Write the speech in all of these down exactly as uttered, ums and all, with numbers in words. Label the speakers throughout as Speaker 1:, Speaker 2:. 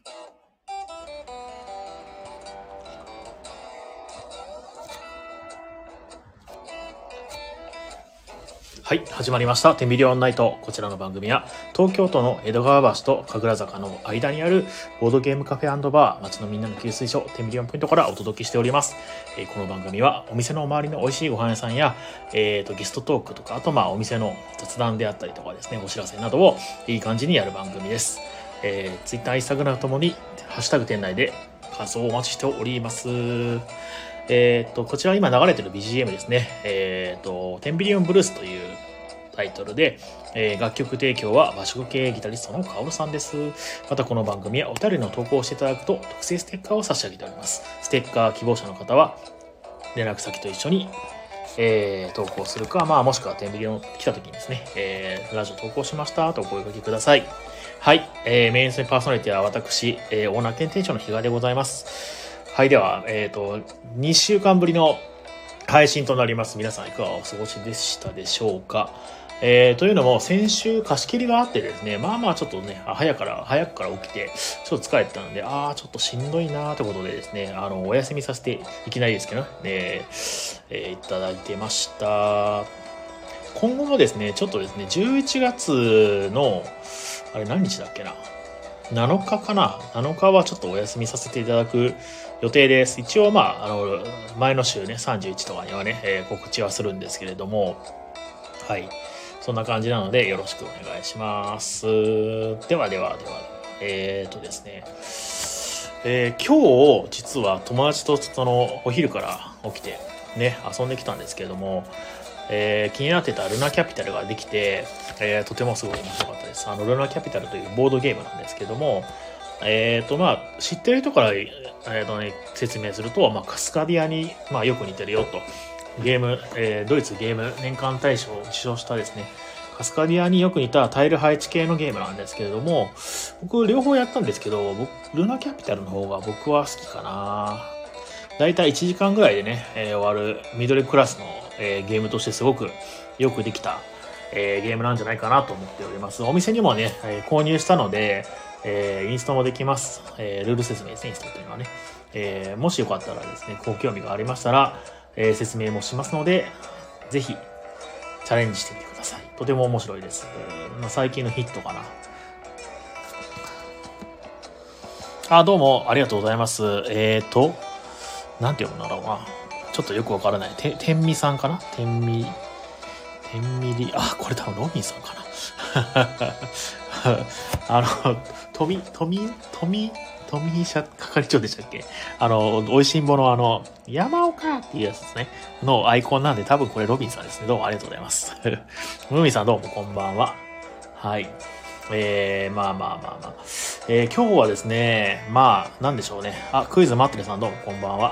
Speaker 1: はい、始まりましたテンビリオンナイト。こちらの番組は東京都の江戸川橋と神楽坂の間にあるボードゲームカフェ&バー、街のみんなの給水所テンビリオンポイントからお届けしております。えー、この番組はお店の周りの美味しいご飯屋さんや、えー、とゲストトークとか、あとまあお店の雑談であったりとかですね、お知らせなどをいい感じにやる番組です。えー、Twitter、Instagram ともにハッシュタグ店内で感想をお待ちしております。えー、とこちら今流れてる ビージーエム ですね。えー、とテンビリオンブルースというタイトルで、えー、楽曲提供は和食系ギタリストのカオルさんです。またこの番組はお便りの投稿をしていただくと特製ステッカーを差し上げております。ステッカー希望者の方は連絡先と一緒に、えー、投稿するか、まあ、もしくはテンビリオン来た時にですね、えー、ラジオ投稿しましたとお声掛けください。はい、えー、メインスパーソナリティは私、えー、オーナー兼店長の比嘉でございます。はい、では、えっと、にしゅうかんぶりの配信となります。皆さんいかがお過ごしでしたでしょうか。えー、というのも先週貸し切りがあってですね、まあまあちょっとね、早から早くから起きてちょっと疲れてたので、ああちょっとしんどいなーってことでですね、あのお休みさせていきなりですけどね、えー、いただいてました。今後もですね、ちょっとですね、じゅういちがつのあれ何日だっけな、なのかかな、なのかはちょっとお休みさせていただく予定です。一応まああの前の週ねさんじゅういちとかにはね、えー、告知はするんですけれども、はい。そんな感じなのでよろしくお願いします。ではではでは、えーとですね、えー、今日実は友達とそのお昼から起きてね遊んできたんですけれども、えー、気になってたルナキャピタルができて、えー、とてもすごい面白かったです。あのルナキャピタルというボードゲームなんですけども、えーとまあ知ってる人から、えーとね、説明すると、まあ、カスカディアに、まあ、よく似てるよと。ゲーム、えー、ドイツゲーム年間大賞を受賞したですね、カスカディアによく似たタイル配置系のゲームなんですけれども、僕両方やったんですけど、僕ルナキャピタルの方が僕は好きかな。だいたいいちじかんぐらいでね、えー、終わるミドルクラスの、えー、ゲームとしてすごくよくできた、えー、ゲームなんじゃないかなと思っております。お店にもね、えー、購入したので、えー、インストもできます。えー、ルール説明ですね、インストというのはね。えー、もしよかったらですね、ご興味がありましたら、えー、説明もしますので、ぜひチャレンジしてみてください。とても面白いです。まあ、最近のヒットかな。あ、どうもありがとうございます。えーと、なんて読むんだろうな。ちょっとよくわからない。て、てんみさんかな、てんみ、てんみり、あ、これ多分ロビンさんかな。あの、とみ、とみ、とみ、富社係長でしたっけ、あの、美味しんぼのあの、山岡っていうやつですね。のアイコンなんで、多分これロビンさんですね。どうもありがとうございます。ロビンさんどうもこんばんは。はい。えー、まあまあまあまあ。えー、今日はですね、まあ、なんでしょうね。あ、クイズ待ってるさんどうもこんばんは。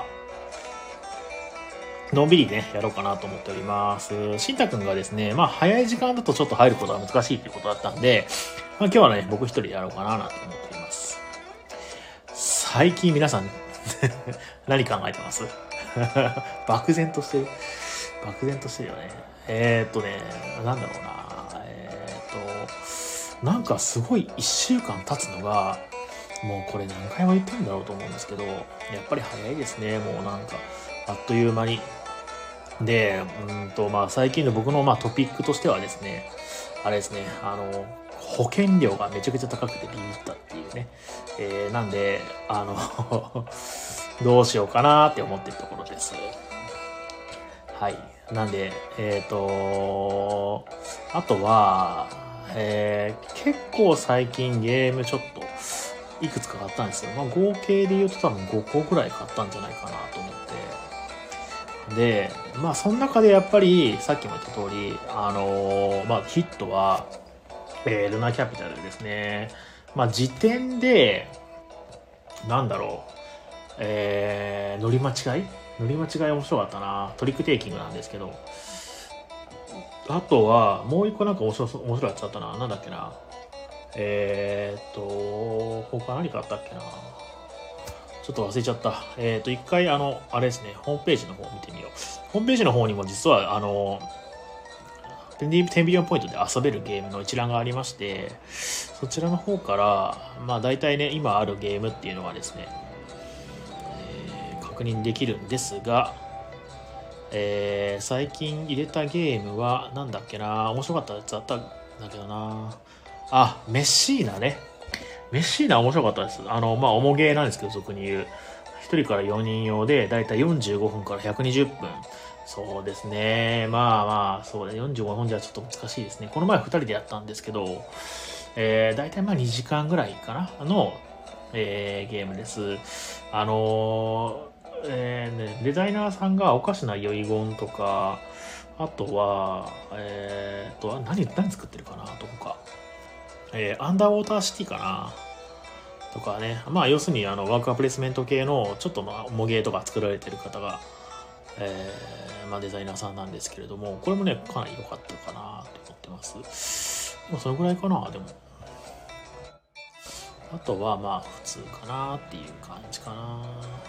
Speaker 1: のんびりね、やろうかなと思っております。しんたくんがですね、まあ、早い時間だとちょっと入ることは難しいということだったんで、まあ、今日はね、僕一人でやろうかななんて思っております。最近皆さん何考えてます漠然としてる漠然としてるよね。えー、っとねなんだろうなえー、っとなんかすごいいっしゅうかん経つのがもうこれ何回も言ってるんだろうと思うんですけど、やっぱり早いですね。もうなんかあっという間に。でうんとまあ最近の僕のまあトピックとしてはですね、あれですね、あの保険料がめちゃくちゃ高くてビビったっていうね、えー、なんであのどうしようかなって思ってるところです。はい。なんでえっ、ー、とあとは、えー、結構最近ゲームちょっといくつか買ったんですよ。まあ合計で言うと多分ごこぐらい買ったんじゃないかなと思って。でまあその中でやっぱりさっきも言った通り、あのー、まあヒットはえー、ルナキャピタルですね。まあ時点でなんだろう、えー、乗り間違い乗り間違い面白かったな。トリックテイキングなんですけど、あとはもう一個なんか面白面白いやつだったな。なんだっけな、えーっと他何かあったっけな、ちょっと忘れちゃった。えーっと一回あのあれですね、ホームページの方を見てみよう。ホームページの方にも実はあのテンビリオンポイントで遊べるゲームの一覧がありまして、そちらの方から、まあ大体ね、今あるゲームっていうのがですね、えー、確認できるんですが、えー、最近入れたゲームは、なんだっけな、面白かったやつあったんだけどな。あ、メッシーナね。メッシーナ面白かったです。あの、まあ、重ゲーなんですけど、俗に言う。ひとりからよにん用で、だいたいよんじゅうごふんからひゃくにじゅっぷん。そうですね。まあまあ、そうね。よんじゅうごふんじゃちょっと難しいですね。この前ふたりでやったんですけど、えー、だいたいまあにじかんぐらいかなの、えー、ゲームです。あのー、えーね、デザイナーさんがおかしな遺言とか、あとは、えー、と、何、何作ってるかなとか、えー、アンダーウォーターシティかなとかね。まあ、要するに、あの、ワークアプレイスメント系の、ちょっとまあ、模芸とか作られてる方が、えー、まあ、デザイナーさんなんですけれども、これもね、かなり良かったかなと思ってます。でも、そのぐらいかな、でも。あとは、まあ、普通かなっていう感じかな。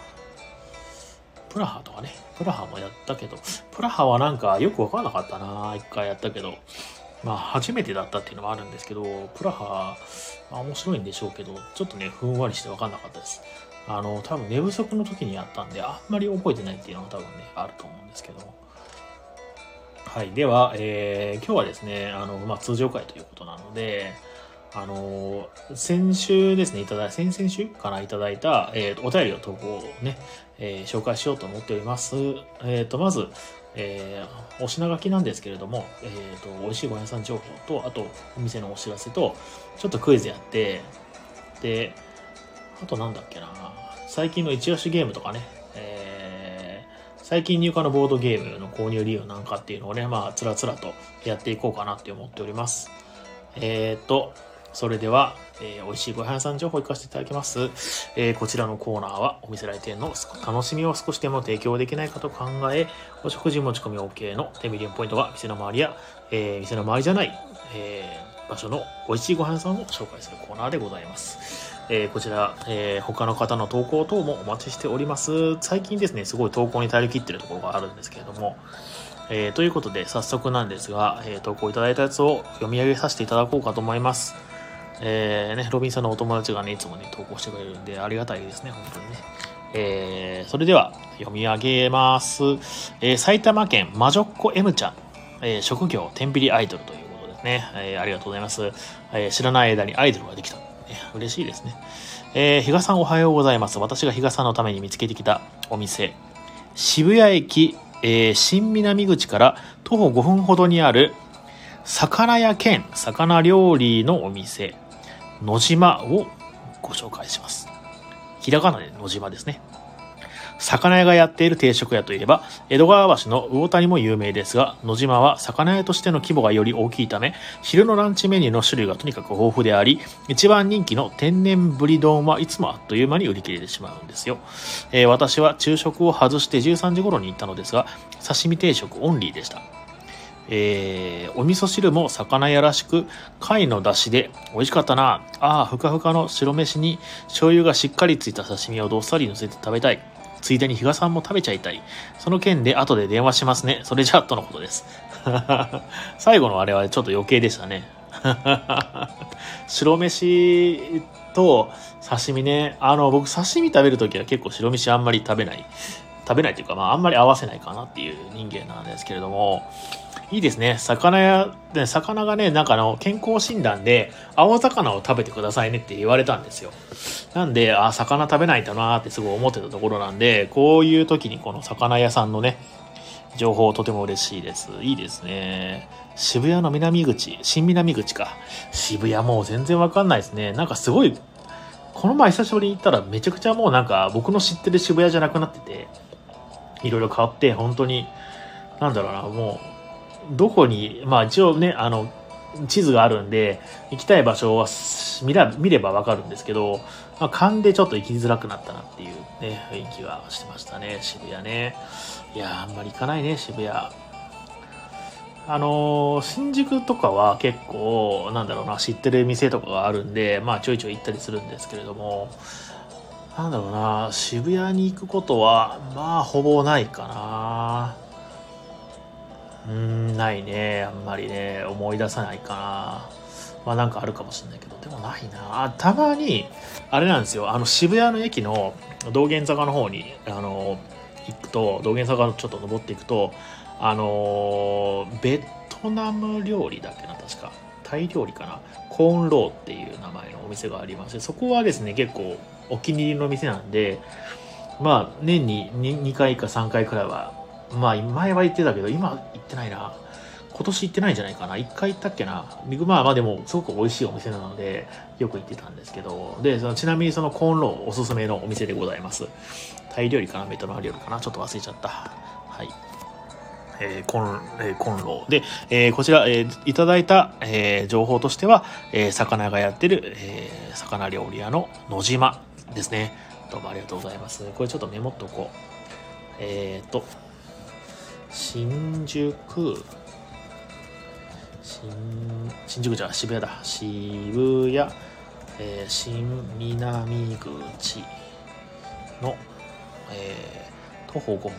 Speaker 1: プラハとかね。プラハもやったけど、プラハはなんかよくわかんなかったな。一回やったけど。まあ、初めてだったっていうのもあるんですけど、プラハ、まあ、面白いんでしょうけど、ちょっとね、ふんわりしてわかんなかったです。あの、多分寝不足の時にやったんで、あんまり覚えてないっていうのが多分ね、あると思うんですけども。はい。では、えー、今日はですね、あの、まあ、通常回ということなので、あのー、先週ですね、いただい先々週からいただいた、えー、お便りを投稿をね、えー、紹介しようと思っております。えっ、と、まず、えー、お品書きなんですけれども、えっ、と、美味しいご飯屋さん情報と、あと、お店のお知らせと、ちょっとクイズやって、で、あとなんだっけな、最近の一押しゲームとかね、えー、最近入荷のボードゲームの購入理由なんかっていうのをね、まあ、つらつらとやっていこうかなって思っております。えっ、と、それでは、えー、美味しいご飯屋さん情報を行かせていただきます、えー、こちらのコーナーはお店来店の楽しみを少しでも提供できないかと考え、お食事持ち込み OK のテンビリオンポイントが店の周りや、えー、店の周りじゃない、えー、場所の美味しいご飯屋さんを紹介するコーナーでございます。えー、こちら、えー、他の方の投稿等もお待ちしております。最近ですね、すごい投稿に頼り切ってるところがあるんですけれども、えー、ということで早速なんですが、えー、投稿いただいたやつを読み上げさせていただこうかと思います。えーね、ロビンさんのお友達がね、いつもね、投稿してくれるんで、ありがたいですね、本当にね。えー、それでは、読み上げます。えー、埼玉県魔女っ子 M ちゃん、えー、職業、天秤アイドルということですね。えー、ありがとうございます。えー、知らない間にアイドルができた。ね、嬉しいですね。えー、比嘉さんおはようございます。私が比嘉さんのために見つけてきたお店、渋谷駅、えー、新南口から徒歩ごふんほどにある、魚屋兼魚料理のお店、野島をご紹介します。ひらがなで野島ですね。魚屋がやっている定食屋といえば、江戸川橋の魚谷も有名ですが、野島は魚屋としての規模がより大きいため、昼のランチメニューの種類がとにかく豊富であり、一番人気の天然ぶり丼はいつもあっという間に売り切れてしまうんですよ。えー、私は昼食を外してじゅうさんじ頃に行ったのですが、刺身定食オンリーでした。えー、お味噌汁も魚屋らしく貝の出汁で美味しかったなあ。あふかふかの白飯に醤油がしっかりついた刺身をどっさり乗せて食べたい。ついでに比嘉さんも食べちゃいたい。その件で後で電話しますね。それじゃあとのことです最後のあれはちょっと余計でしたね白飯と刺身ね。あの僕刺身食べるときは結構白飯あんまり食べない食べないというか、まああんまり合わせないかなっていう人間なんですけれども、いいですね。魚屋で、魚がね、なんかあの、健康診断で、青魚を食べてくださいねって言われたんですよ。なんで、あ、魚食べないとなーってすごい思ってたところなんで、こういう時にこの魚屋さんのね、情報とても嬉しいです。いいですね。渋谷の南口、新南口か。渋谷もう全然わかんないですね。なんかすごい、この前久しぶりに行ったらめちゃくちゃもうなんか僕の知ってる渋谷じゃなくなってて、いろいろ変わって、本当に、なんだろうな、もう、どこに、まあ一応ね、あの、地図があるんで、行きたい場所は見ら見ればわかるんですけど、まあ、勘でちょっと行きづらくなったなっていうね、雰囲気がしてましたね、渋谷ね。いやー、あんまり行かないね、渋谷。あのー、新宿とかは結構、なんだろうな、知ってる店とかがあるんで、まあちょいちょい行ったりするんですけれども、なんだろうな、渋谷に行くことは、まあほぼないかな。 うーん、ないね。あんまりね、思い出さないかな。まあなんかあるかもしれないけど、でもないな。あ、たまに、あれなんですよ。あの渋谷の駅の道玄坂の方に、あの、行くと、道玄坂のちょっと登っていくと、あの、ベトナム料理だっけな、確か。タイ料理かな。コーンローっていう名前のお店がありまして、そこはですね、結構お気に入りの店なんで、まあ年に 2, にかいかさんかいくらいは、まあ前は行ってたけど、今行ってないな。今年行ってないんじゃないかな。いっかい行ったっけな。まあまあでも、すごく美味しいお店なので、よく行ってたんですけど、で、そのちなみにそのコーンローおすすめのお店でございます。タイ料理かな、ベトナム料理かな、ちょっと忘れちゃった。はい。えー、コン、えー、コンロー。で、えー、こちら、えー、いただいた、えー、情報としては、えー、魚がやってる、えー、魚料理屋の野島ですね。どうもありがとうございます。これちょっとメモっとこう。えーと、新宿、新、新宿じゃ渋谷だ。渋谷、えー、新南口の、えー、徒歩ごふん。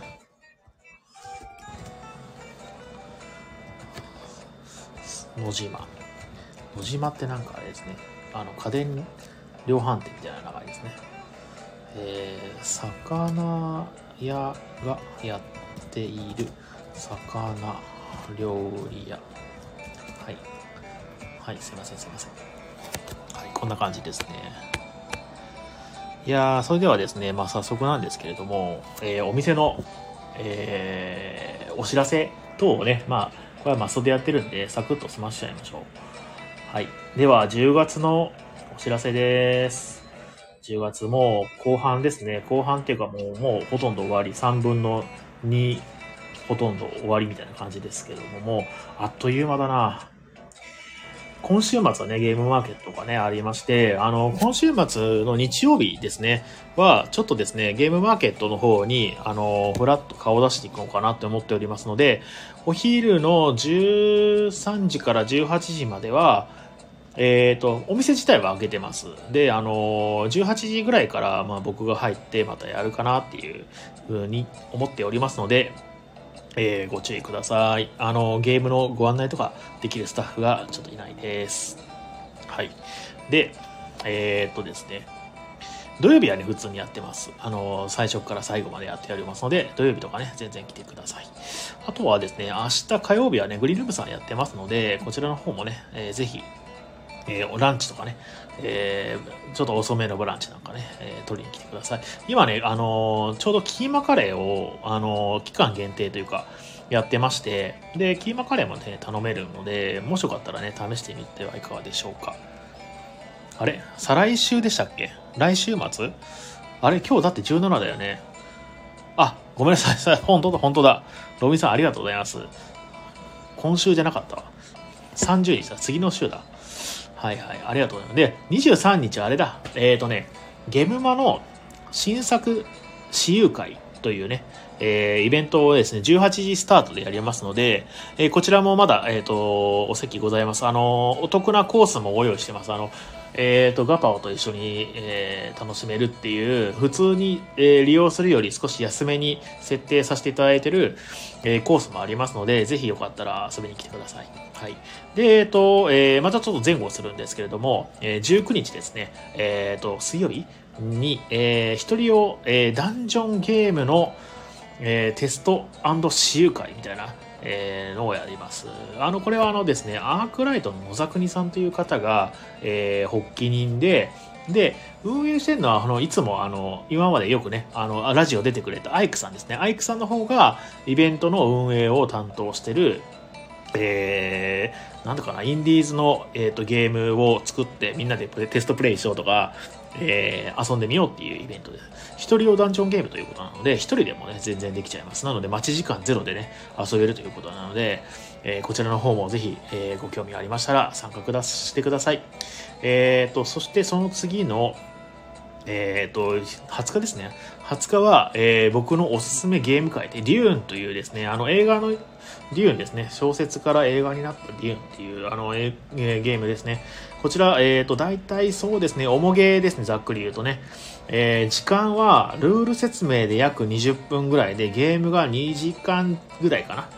Speaker 1: 野島。野島ってなんかあれですね。あの、家電量販店みたいな名前ですね。えー、魚屋がやっている魚料理屋。はい。はい、すいません、すいません。はい、こんな感じですね。いやー、それではですね、まあ早速なんですけれども、えー、お店の、えー、お知らせ等をね、まあ、これはマストでやってるんで、サクッと済ましちゃいましょう。はい。では、じゅうがつのお知らせです。じゅうがつもう後半ですね。後半っていうかもう、もうほとんど終わり。さんぶんのに、ほとんど終わりみたいな感じですけども、もう、あっという間だな。今週末はね、ゲームマーケットがね、ありまして、あの、今週末の日曜日ですね、は、ちょっとですね、ゲームマーケットの方に、あの、ふらっと顔を出していこうかなって思っておりますので、お昼のじゅうさんじからじゅうはちじまでは、えっと、お店自体は開けてます。で、あの、じゅうはちじぐらいから、まあ僕が入ってまたやるかなっていうふうに思っておりますので、えー、ご注意ください。あの、ゲームのご案内とかできるスタッフがちょっといないです。はい。で、えー、っとですね、土曜日はね、普通にやってます。あの、最初から最後までやっておりますので、土曜日とかね、全然来てください。あとはですね、明日火曜日はね、グリル部さんやってますので、こちらの方もね、えー、ぜひ、えー、ランチとかね、えー、ちょっと遅めのブランチなんかね、えー、取りに来てください。今ね、あのー、ちょうどキーマカレーを、あのー、期間限定というか、やってまして、で、キーマカレーもね、頼めるので、もしよかったらね、試してみてはいかがでしょうか。あれ再来週でしたっけ？来週末？あれ今日だってじゅうななだよね。あ、ごめんなさい。本当だ、本当だ。ロビンさんありがとうございます。今週じゃなかったわ。さんじゅうにちだ。次の週だ。はいはい、ありがとうございます。で、にじゅうさんにちあれだ。えっとね、ゲムマの新作私有会というね、えー、イベントをですね、じゅうはちじスタートでやりますので、えー、こちらもまだ、えっと、お席ございます。あの、お得なコースもご用意してます。あの、えっと、ガパオと一緒に、えー、楽しめるっていう、普通に、えー、利用するより少し安めに設定させていただいてる、えー、コースもありますので、ぜひよかったら遊びに来てください。はい。で、えっと、えー、またちょっと前後するんですけれども、えー、じゅうくにちですね、えっと、水曜日に、えー、一人用、えー、ダンジョンゲームの、えー、テスト&私有会みたいな、えー、のをやります。あの、これはあのですね、アークライトの野沢国さんという方が、えー、発起人で、で、運営してるのは、あの、いつも、あの、今までよくね、あの、ラジオ出てくれたアイクさんですね。アイクさんの方が、イベントの運営を担当してる、えー、なんだかな、インディーズの、えーと、ゲームを作ってみんなでテストプレイしようとか、えー、遊んでみようっていうイベントです。一人用ダンジョンゲームということなので、一人でもね、全然できちゃいます。なので、待ち時間ゼロでね、遊べるということなので、えー、こちらの方もぜひ、えー、ご興味ありましたら参加くだしてください。えーと、そしてその次の、えーと、はつかですね。はつかは、えー、僕のおすすめゲーム会で、デューンというですね、あの映画の、デューンですね、小説から映画になったデューンっていう、あの、えー、ゲームですね。こちら、えーと、大体そうですね、重ゲーですね、ざっくり言うとね。えー、時間は、ルール説明で約にじゅっぷんぐらいで、ゲームがにじかんぐらいかな。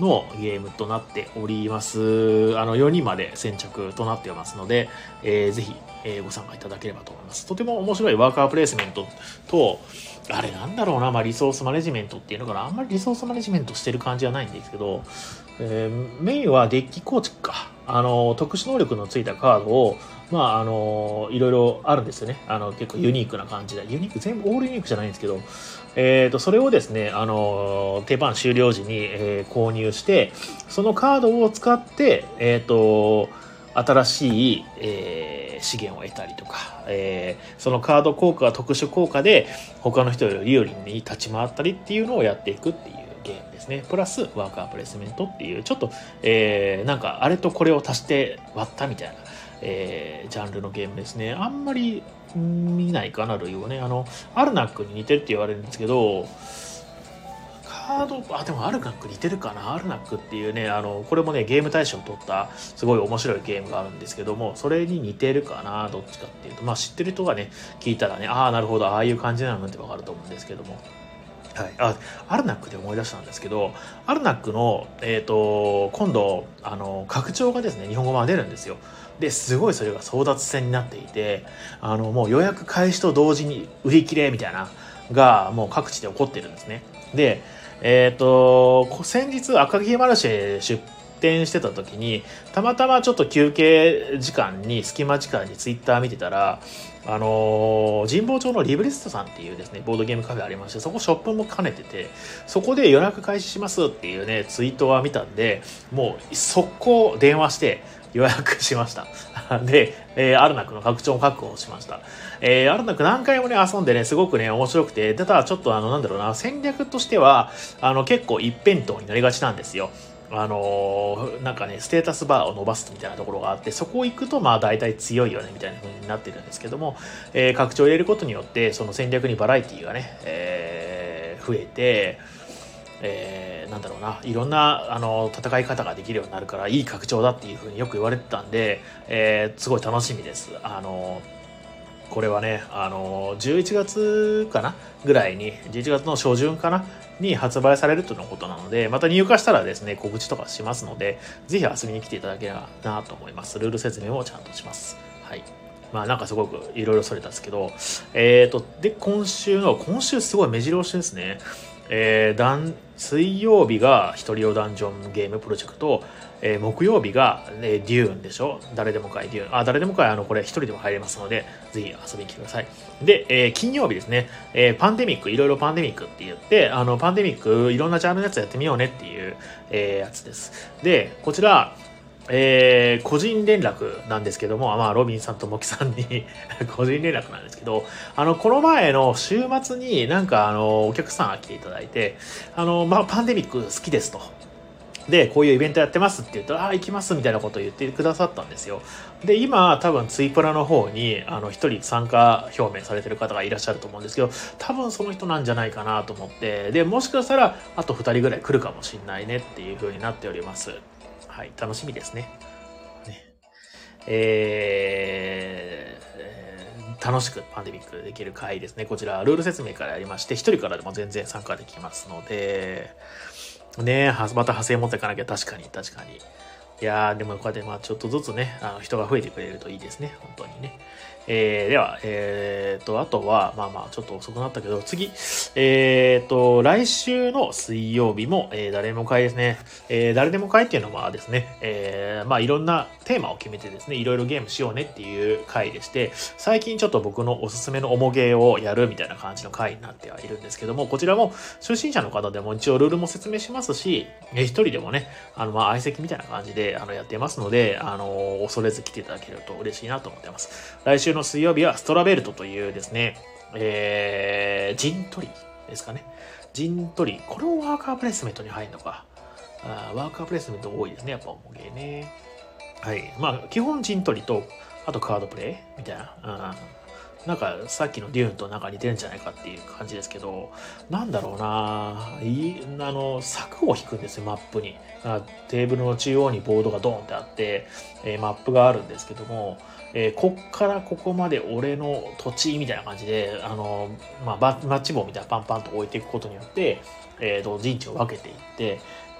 Speaker 1: のゲームとなっております。あのよにんまで先着となっていますので、えー、ぜひ、えー、ご参加いただければと思います。とても面白いワーカープレイスメントと、あれなんだろうな、まあ、リソースマネジメントっていうのかな、あんまりリソースマネジメントしてる感じはないんですけど、えー、メインはデッキ構築か。あの特殊能力のついたカードを、まああのいろいろあるんですよね。あの結構ユニークな感じで、ユニーク全部オールユニークじゃないんですけど、えー、とそれをですね、あの手番終了時に、えー、購入して、そのカードを使って、えー、と新しい、えー、資源を得たりとか、えー、そのカード効果が特殊効果で他の人より有利に立ち回ったりっていうのをやっていくっていうゲームですね。プラスワーカープレイスメントっていうちょっと、えー、なんかあれとこれを足して割ったみたいな、えー、ジャンルのゲームですね。あんまり見ないかな、類をね。あのアルナックに似てるって言われるんですけど、カード、あ、でもアルナック似てるかな。アルナックっていうね、あのこれもねゲーム大賞を取ったすごい面白いゲームがあるんですけども、それに似てるかな、どっちかっていうと、まあ知ってる人がね聞いたらね、ああなるほど、ああいう感じなのってわかると思うんですけども、はい、あアルナックで思い出したんですけど、アルナックの、えー、と今度あの拡張がですね日本語版出るんですよ。ですごいそれが争奪戦になっていて、あのもう予約開始と同時に売り切れみたいながもう各地で起こってるんですね。で、えっ、と先日赤城マルシェ出店してた時にたまたまちょっと休憩時間に隙間時間にツイッター見てたら、あのー、神保町のリブリストさんっていうですねボードゲームカフェありまして、そこショップも兼ねてて、そこで予約開始しますっていうねツイートは見たんで、もう速攻電話して予約しましたで、えー、アルナックの拡張も確保しました。えー、アルナック何回もね遊んでねすごくね面白くて、ただちょっとあのなんだろうな、戦略としてはあの結構一辺倒になりがちなんですよ。あのー、なんかねステータスバーを伸ばすみたいなところがあって、そこを行くとまあ大体強いよねみたいな風になってるんですけども、えー、拡張を入れることによってその戦略にバラエティがね、えー、増えて、えー、なんだろうな、いろんなあの戦い方ができるようになるからいい拡張だっていう風によく言われてたんで、えー、すごい楽しみです。あのーこれはね、あのじゅういちがつかなぐらいに、じゅういちがつの初旬かなに発売されるとのことなので、また入荷したらですね告知とかしますので、ぜひ遊びに来ていただければなと思います。ルール説明もちゃんとします。はい。まあなんかすごくいろいろそれたんですけど、えーとで今週の今週すごい目白押しですね。えー、ダン水曜日が一人用ダンジョンゲームプロジェクト、えー、木曜日が、ね、デューンでしょ。誰でもかいデューン、あ誰でもかい、あのこれ一人でも入れますのでぜひ遊びに来てください。で、えー、金曜日ですね、えー、パンデミック、いろいろパンデミックって言って、あのパンデミックいろんなジャンルのやつやってみようねっていう、えー、やつです。でこちらえー、個人連絡なんですけども、まあ、ロビンさんとモキさんに個人連絡なんですけど、あの、この前の週末になんか、あの、お客さんが来ていただいて、あの、まあ、パンデミック好きですと。で、こういうイベントやってますって言ったら、ああ、行きますみたいなことを言ってくださったんですよ。で、今、多分ツイプラの方に、あの、一人参加表明されてる方がいらっしゃると思うんですけど、多分その人なんじゃないかなと思って、で、もしかしたら、あと二人ぐらい来るかもしれないねっていう風になっております。はい、楽しみですね。ねえー、楽しくパンデミックできる回ですね。こちら、ルール説明からありまして、一人からでも全然参加できますので、ねえ、また派生持っていかなきゃ、確かに、確かに。いやー、でもこうやってまあちょっとずつね、あの人が増えてくれるといいですね、本当にね。えー、では、えーと、あとは、まあまあ、ちょっと遅くなったけど、次、えーと、来週の水曜日も、えー、誰でも会ですね。えー、誰でも会っていうのはですね、えー、まあいろんなテーマを決めてですね、いろいろゲームしようねっていう回でして、最近ちょっと僕のおすすめの重ゲーをやるみたいな感じの回になってはいるんですけども、こちらも初心者の方でも一応ルールも説明しますし、えー、一人でもね、あの、まあ相席みたいな感じで、あの、やってますので、あの、恐れず来ていただけると嬉しいなと思ってます。来週の水曜日はストラベルトというですね、えー、陣取りですかね。陣取り。これもワーカープレイスメントに入るのか。あワーカープレイスメント多いですね。やっぱ重ゲーね。はい。まあ、基本陣取りと、あとカードプレイみたいな。うん、なんかさっきのデューンとなんか似てるんじゃないかっていう感じですけど、なんだろうないいあの柵を引くんですよ、マップに。テーブルの中央にボードがドーンってあって、えー、マップがあるんですけども、えー、こっからここまで俺の土地みたいな感じで、あのまあ、マッチ棒みたいなパンパンと置いていくことによって、えーと、陣地を分けていって、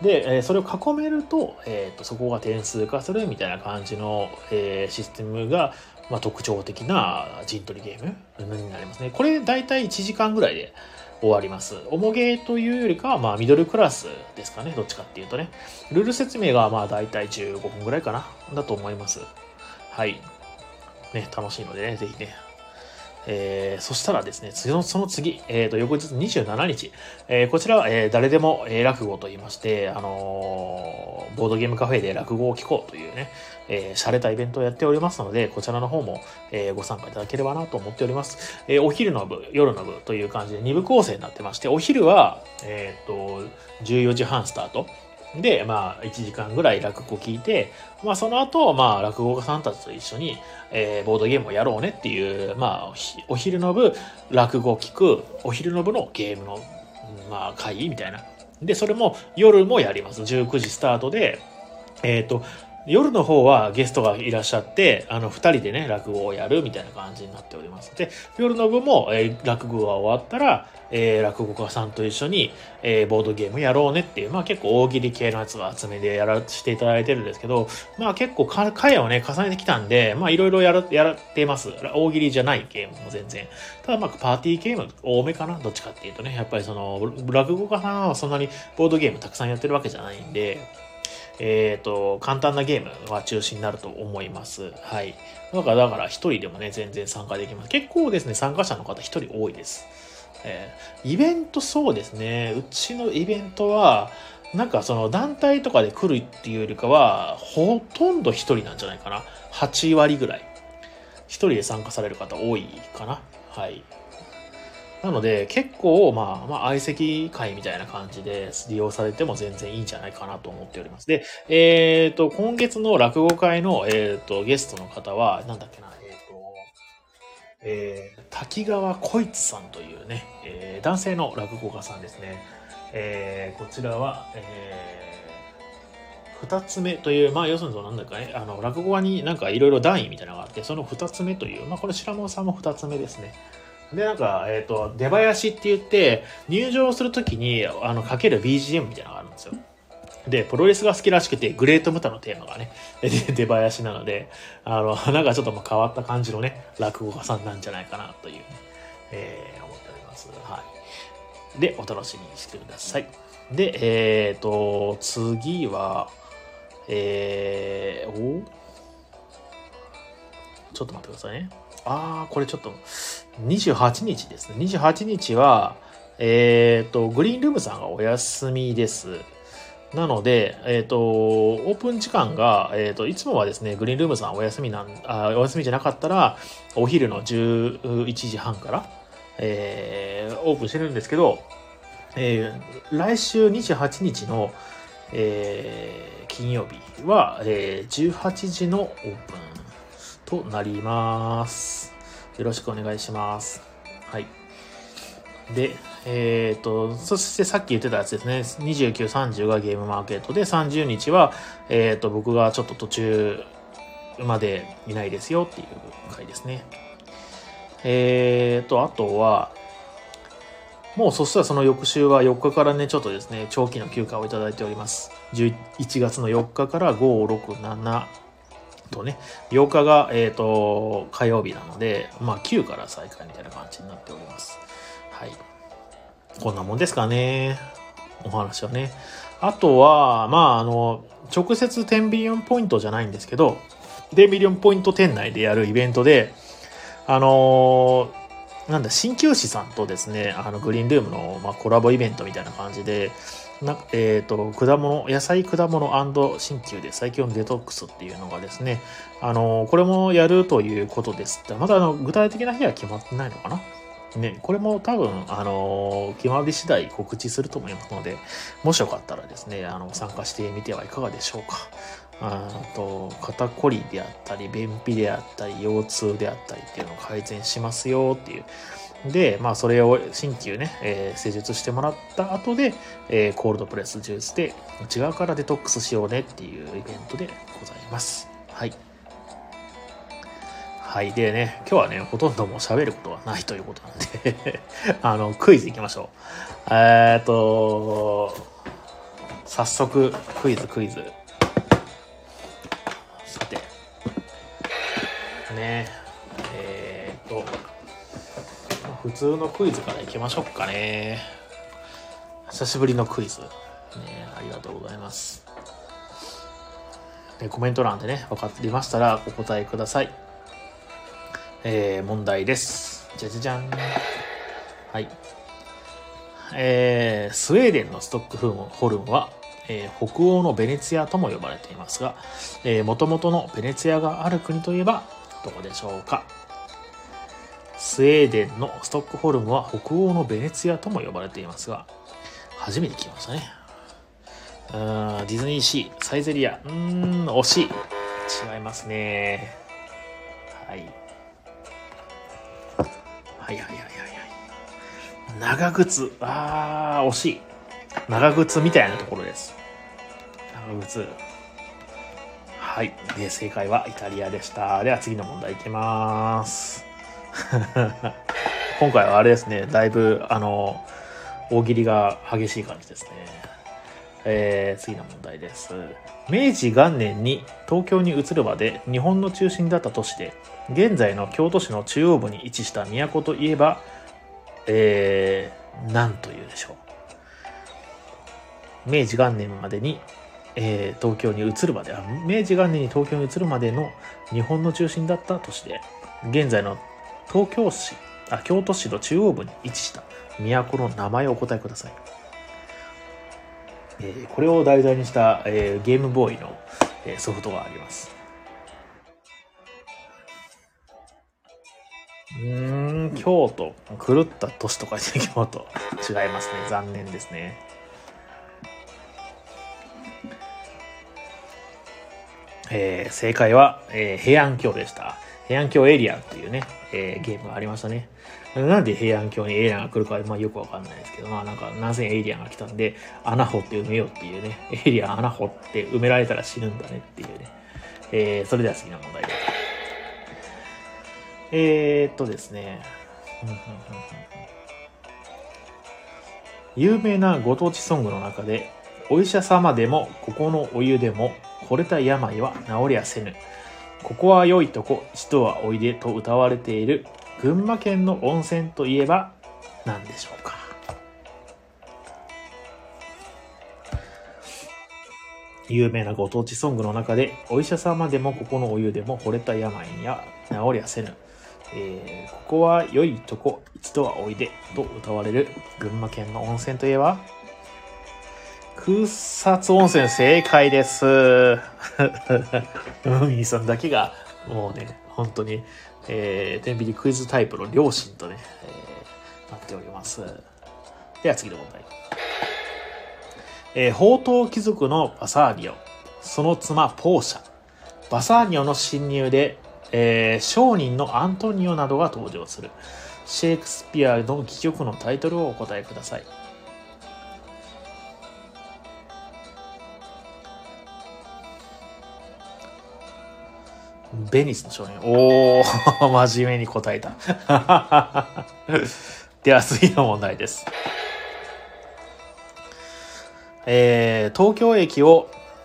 Speaker 1: で、えー、それを囲めると、えーと、そこが点数化するみたいな感じの、えー、システムが、まあ、特徴的な陣取りゲームになりますね。これだいたいいちじかんぐらいで終わります。重ゲーというよりかは、まあ、ミドルクラスですかね。どっちかっていうとね。ルール説明が、まあ、だいたいじゅうごふんぐらいかな。だと思います。はい。ね、楽しいのでね、ぜひね。えー、そしたらですね、そのその次、えー、と翌日にじゅうしちにち、えー、こちらは、えー、誰でも、えー、落語と言いまして、あのー、ボードゲームカフェで落語を聞こうというね、えー、洒落たイベントをやっておりますので、こちらの方も、えー、ご参加いただければなと思っております。えー、お昼の部、夜の部という感じでに部構成になってまして、お昼は、えー、とじゅうよじはんスタート。で、まあ、いちじかんぐらい落語聞いて、まあ、その後、まあ、落語家さんたちと一緒に、えー、ボードゲームをやろうねっていう、まあ、お昼の部、落語を聞く、お昼の部のゲームの、まあ、会議みたいな。で、それも夜もやります。じゅうくじスタートで、えっと、夜の方はゲストがいらっしゃって、あの、二人でね、落語をやるみたいな感じになっております。で、夜の部も、えー、落語が終わったら、えー、落語家さんと一緒に、えー、ボードゲームやろうねっていう、まあ結構大喜利系のやつを集めでやらせていただいてるんですけど、まあ結構か回をね、重ねてきたんで、まあいろいろやら、やってます。大喜利じゃないゲームも全然。ただまあパーティーゲーム多めかな、どっちかっていうとね、やっぱりその、落語家さんはそんなにボードゲームたくさんやってるわけじゃないんで、えっと、簡単なゲームは中心になると思います。はい。だから、だから一人でもね、全然参加できます。結構ですね、参加者の方一人多いです。えー、イベントそうですね。うちのイベントは、なんかその団体とかで来るっていうよりかは、ほとんど一人なんじゃないかな。はちわりぐらい。一人で参加される方多いかな。はい。なので、結構、まあ、まあ、相席会みたいな感じで利用されても全然いいんじゃないかなと思っております。で、えっと、今月の落語会の、えっと、ゲストの方は、なんだっけな、えっと、えー、滝川こいつさんというね、えー、男性の落語家さんですね。えー、こちらは、えー、二つ目という、まあ、要するになんだかね、あの、落語家になんかいろいろ段位みたいなのがあって、その二つ目という、まあ、これ白門さんも二つ目ですね。で、なんか、えっと、出囃子って言って、入場するときに、あの、かける ビージーエム みたいなのがあるんですよ。で、プロレスが好きらしくて、グレートムタのテーマがね、出囃子なので、あの、なんかちょっとまあ変わった感じのね、落語家さんなんじゃないかなという、えー、思っております。はい。で、お楽しみにしてください。で、えっと、次は、えー、おちょっと待ってくださいね。あー、これちょっと、にじゅうはちにちですね。にじゅうはちにちは、えっと、グリーンルームさんがお休みです。なので、えっと、オープン時間が、えっと、いつもはですね、グリーンルームさんお休みなん、あ、お休みじゃなかったら、お昼のじゅういちじはんから、えー、オープンしてるんですけど、えー、来週にじゅうはちにちの、えー、金曜日は、えー、じゅうはちじのオープンとなります。よろしくお願いします。はい。で、えっと、そしてさっき言ってたやつですね。にじゅうく、さんじゅうがゲームマーケットで、さんじゅうにちは、えっと、僕がちょっと途中までいないですよっていう回ですね。えっと、あとは、もうそしたらその翌週はよっかからね、ちょっとですね、長期の休暇をいただいております。じゅういちがつのよっかからご、ろく、しちとね、ようかが、えっと、火曜日なので、まあきゅうから再開みたいな感じになっております。はい。こんなもんですかね。お話はね。あとは、まああの、直接じゅうビリオンポイントじゃないんですけど、じゅうビリオンポイント店内でやるイベントで、あのー、なんだ、鍼灸師さんとですね、あの、グリーンルームの、まあ、コラボイベントみたいな感じで、なえっと、果物、野菜果物鍼灸で最強のデトックスっていうのがですね、あの、これもやるということですって。まだあの、具体的な日は決まってないのかなね、これも多分、あの、決まり次第告知すると思いますので、もしよかったらですね、あの、参加してみてはいかがでしょうか。あと、肩こりであったり、便秘であったり、腰痛であったりっていうのを改善しますよっていう。で、まあ、それを鍼灸ね、えー、施術してもらった後で、えー、コールドプレスジュースで内側からデトックスしようねっていうイベントでございます。はい。はい。でね、今日はね、ほとんどもう喋ることはないということなんであの、クイズいきましょう。えーっと、 早速クイズクイズ。さてねえー、っと普通のクイズからいきましょうかね。久しぶりのクイズ、ね、ありがとうございます。でコメント欄でね分かりましたらお答えください。えー、問題です。じゃじゃじゃん。はい。えー、スウェーデンのストックホルムは、えー、北欧のベネツィアとも呼ばれていますが、えー、元々のベネツィアがある国といえばどこでしょうか。スウェーデンのストックホルムは北欧のベネツィアとも呼ばれていますが、初めて聞きましたね。うーん、ディズニーシー、サイゼリア、うーん、惜しい。違いますね。はい。はいはいはいはいはい。長靴、あー、惜しい。長靴みたいなところです。長靴。はい。で、正解はイタリアでした。では次の問題いきます。今回はあれですね、だいぶ、あの、大喜利が激しい感じですね。えー、次の問題です。明治元年に東京に移るまで日本の中心だった都市で、現在の京都市の中央部に位置した都といえば、えー、何というでしょう。明治元年までに、えー、東京に移るまであ明治元年に東京に移るまでの日本の中心だった都市で、現在の東京市あ京都市の中央部に位置した都の名前をお答えください。えー、これを題材にした、えー、ゲームボーイの、えー、ソフトがあります。うーん、京都、狂った都市とか言って京都。違いますね。残念ですね。えー、正解は、えー、平安京でした。平安京エイリアンっていうね、えー、ゲームがありましたね。なんで平安京にエイリアンが来るか、まあ、よくわかんないですけど、まあなんか、なぜエイリアンが来たんで、穴掘って埋めようっていうね、エイリアン穴掘って埋められたら死ぬんだねっていうね。えー、それでは次の問題です。えー、っとですね、有名なご当地ソングの中で、お医者様でもここのお湯でも惚れた病は治りゃせぬ、ここは良いとこ一度はおいでと歌われている群馬県の温泉といえば何でしょうか。有名なご当地ソングの中で、お医者様でもここのお湯でも惚れた病や治りゃせぬ、えー、ここは良いとこ一度はおいでと歌われる群馬県の温泉といえば、草津温泉。正解です。海さんだけがもうね、本当に、えー、天秤クイズタイプの両親とね、えー、なっております。では次の問題。えー、宝刀貴族のバサーニョ、その妻ポーシャ、バサーニョの侵入で、えー、商人のアントニオなどが登場するシェイクスピアの戯曲のタイトルをお答えください。ベニスの少年。おー、真面目に答えた。では次の問題です。えー、東京駅を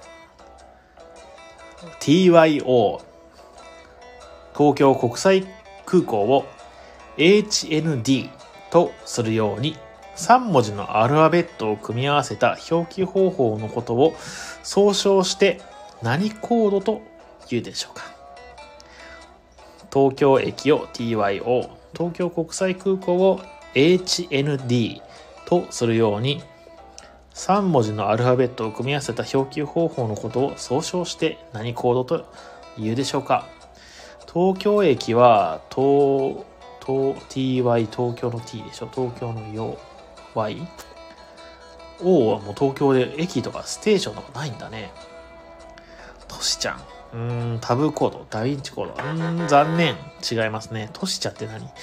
Speaker 1: ティーワイオー、東京国際空港を エイチエヌディー とするようにさん文字のアルファベットを組み合わせた表記方法のことを総称して何コードと言うでしょうか。東京駅を ティーワイオー、東京国際空港を エイチエヌディー とするようにさん文字のアルファベットを組み合わせた表記方法のことを総称して何コードと言うでしょうか。東京駅は東東 ティーワイ 東京の T でしょ。東京のよ Y。 O はもう東京で駅とかステーションとかないんだね。トシちゃん。うーん、タブーコード、ダヴィンチコード。うーん、残念。違いますね。トシちゃんって何？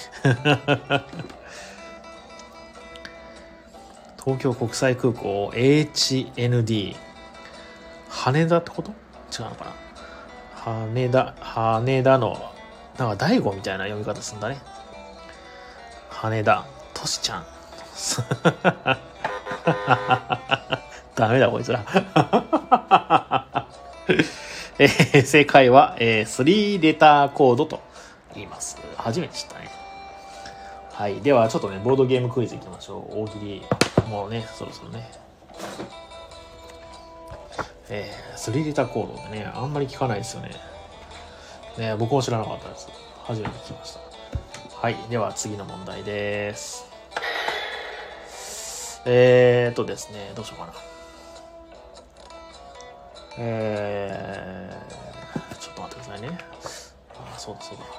Speaker 1: 東京国際空港 エイチエヌディー。羽田ってこと？違うのかな。羽田、羽田の、なんか大悟みたいな読み方するんだね。羽田、トシちゃん。 ダメだこいつら。えー、正解は、えー、スリーレターコードと言います。初めて知ったね。はい。では、ちょっとね、ボードゲームクイズいきましょう。大喜利、もうね、そろそろね。えー、スリーレターコードってね、あんまり聞かないですよね。ね、僕も知らなかったです。初めて聞きました。はい。では、次の問題です。えーっとですね、どうしようかな。えー、ちょっと待ってくださいね。あ、そうだそうだ。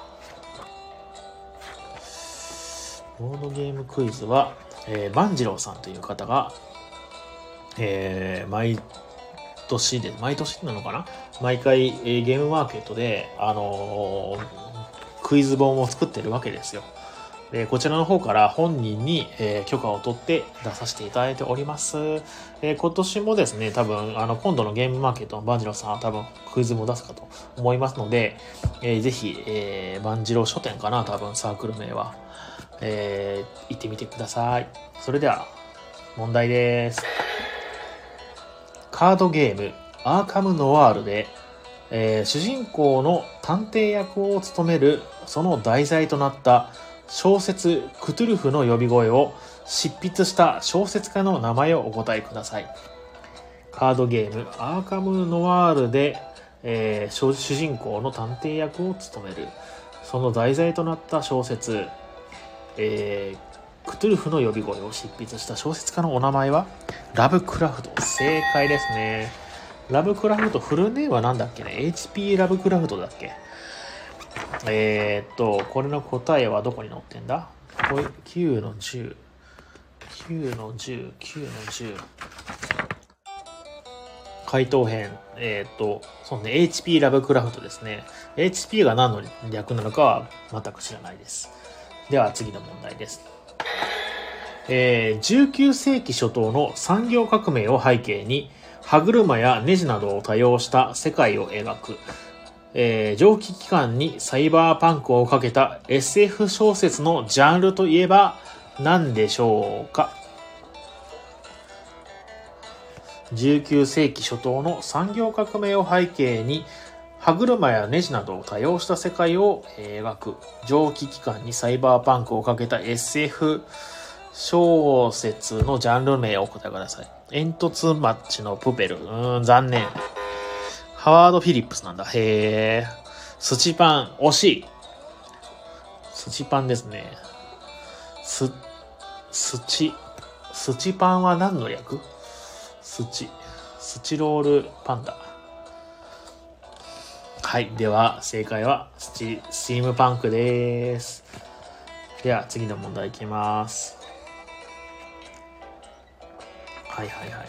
Speaker 1: ボードゲームクイズは、えー、万次郎さんという方が、えー、毎年で、毎年なのかな毎回、えー、ゲームマーケットで、あのー、クイズ本を作ってるわけですよ。でこちらの方から本人に、えー、許可を取って出させていただいております。えー、今年もですね、多分、あの、今度のゲームマーケットの万次郎さんは多分クイズも出すかと思いますので、えー、ぜひ、えー、万次郎書店かな、多分サークル名は、えー、行ってみてください。それでは、問題です。カードゲーム、アーカムノワールで、えー、主人公の探偵役を務めるその題材となった小説クトゥルフの呼び声を執筆した小説家の名前をお答えください。カードゲームアーカムノワールで、えー、主人公の探偵役を務めるその題材となった小説、えー、クトゥルフの呼び声を執筆した小説家のお名前はラブクラフト。正解ですね。ラブクラフト、フルネームはなんだっけね。 エイチピー ラブクラフトだっけ。えー、っとこれの答えはどこに載ってんだ。これきゅうのじゅう きゅうのじゅう きゅうのじゅう回答編。えー、っとそうね エイチピー ラブクラフトですね。 エイチピー が何の略なのかは全く知らないです。では次の問題です。えー、じゅうきゅう世紀初頭の産業革命を背景に歯車やネジなどを多用した世界を描く、えー、蒸気機関にサイバーパンクをかけた エスエフ 小説のジャンルといえば何でしょうか。じゅうきゅう世紀初頭の産業革命を背景に歯車やネジなどを多用した世界を描く蒸気機関にサイバーパンクをかけた エスエフ 小説のジャンル名をお答えください。煙突町のプペル。うーん、残念。ハワード・フィリップスなんだ。へー。スチパン。惜しい。スチパンですね。ス、スチ、スチパンは何の略？スチ、スチロールパンダ。はい。では、正解はスチ、スチームパンクです。では、次の問題いきます。はいはいはいはい。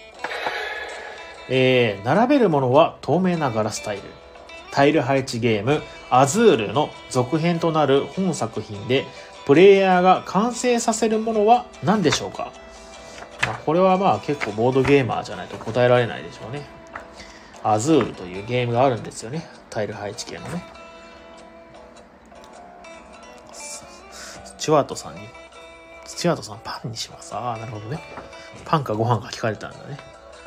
Speaker 1: えー、並べるものは透明なガラスタイル。タイル配置ゲームアズールの続編となる本作品でプレイヤーが完成させるものは何でしょうか。まあ、これはまあ結構ボードゲーマーじゃないと答えられないでしょうね。アズールというゲームがあるんですよね。タイル配置系のね。スチュワートさんにスチュワートさんパンにします。ああ、なるほどね。パンかご飯か聞かれたんだね。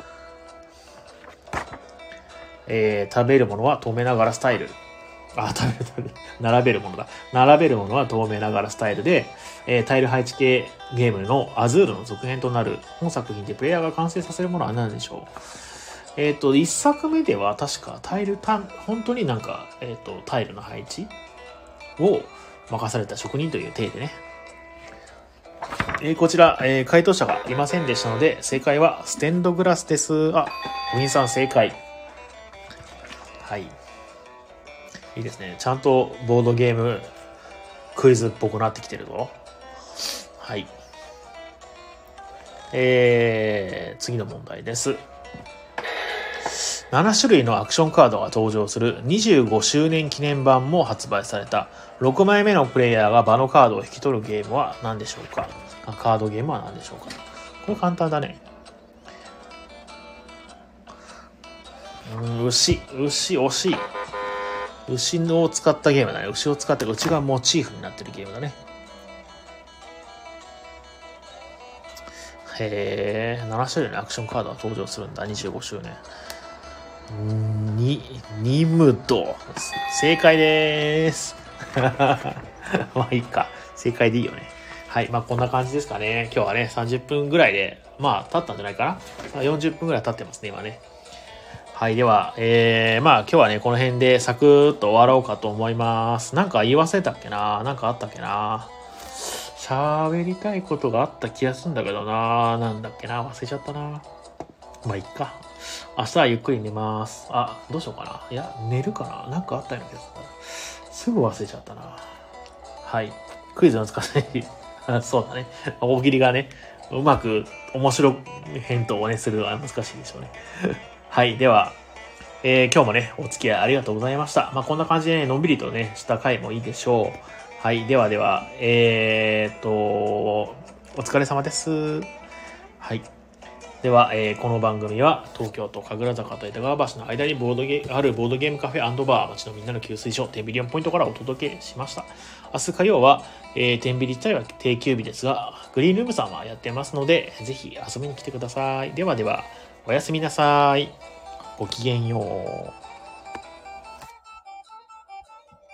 Speaker 1: えー、食べるものは透明なガラスタイル。あ、食べる食べる。並べるものだ。並べるものは透明なガラスタイルで、えー、タイル配置系ゲームのアズールの続編となる本作品でプレイヤーが完成させるものは何でしょう。えっ、ー、と、一作目では確かタイル、た本当になんか、えっ、ー、と、タイルの配置を任された職人という体でね。えー、こちら、えー、回答者がいませんでしたので、正解はステンドグラスです。あ、ウィンさん正解。はい。いいですね。ちゃんとボードゲームクイズっぽくなってきてるぞ。はい。えー、次の問題です。なな種類のアクションカードが登場するにじゅうごしゅうねん記念版も発売されたろくまいめのプレイヤーが場のカードを引き取るゲームは何でしょうか。カードゲームは何でしょうか。これ簡単だね。うん、牛、牛、惜しい。牛を使ったゲームだね。牛を使って牛がモチーフになってるゲームだね。 へえ、なな種類のアクションカードが登場するんだ。にじゅうごしゅうねん。に、ニムド。正解でーす。まあいいか。正解でいいよね。はい。まあこんな感じですかね。今日はね、さんじゅっぷんぐらいで、まあ経ったんじゃないかな。よんじゅっぷんぐらい経ってますね、今ね。はい。では、えー、まあ今日はね、この辺でサクッと終わろうかと思います。なんか言い忘れたっけな？なんかあったっけな？喋りたいことがあった気がするんだけどな。なんだっけな。忘れちゃったな。まあいっか。明日はゆっくり寝ます。あ、どうしようかな。いや、寝るかな。なんかあったような気がする。すぐ忘れちゃったな。はい。クイズの使わないそうだね。大喜利がね、うまく面白い返答をね、するのは難しいでしょうね。はい。では、えー今日もね、お付き合いありがとうございました。まあ、こんな感じでね、のんびりとね、した回もいいでしょう。はい。ではでは、えーっと、お疲れ様です。はい。では、えーこの番組は東京都神楽坂と江戸川橋の間にボードゲあるボードゲームカフェ&バー町のみんなの給水所テンビリオンポイントからお届けしました。明日火曜は、えー、テンビリ自体は定休日ですが、グリーンルームさんはやってますので、ぜひ遊びに来てください。ではでは、おやすみなさい。ごきげんよう。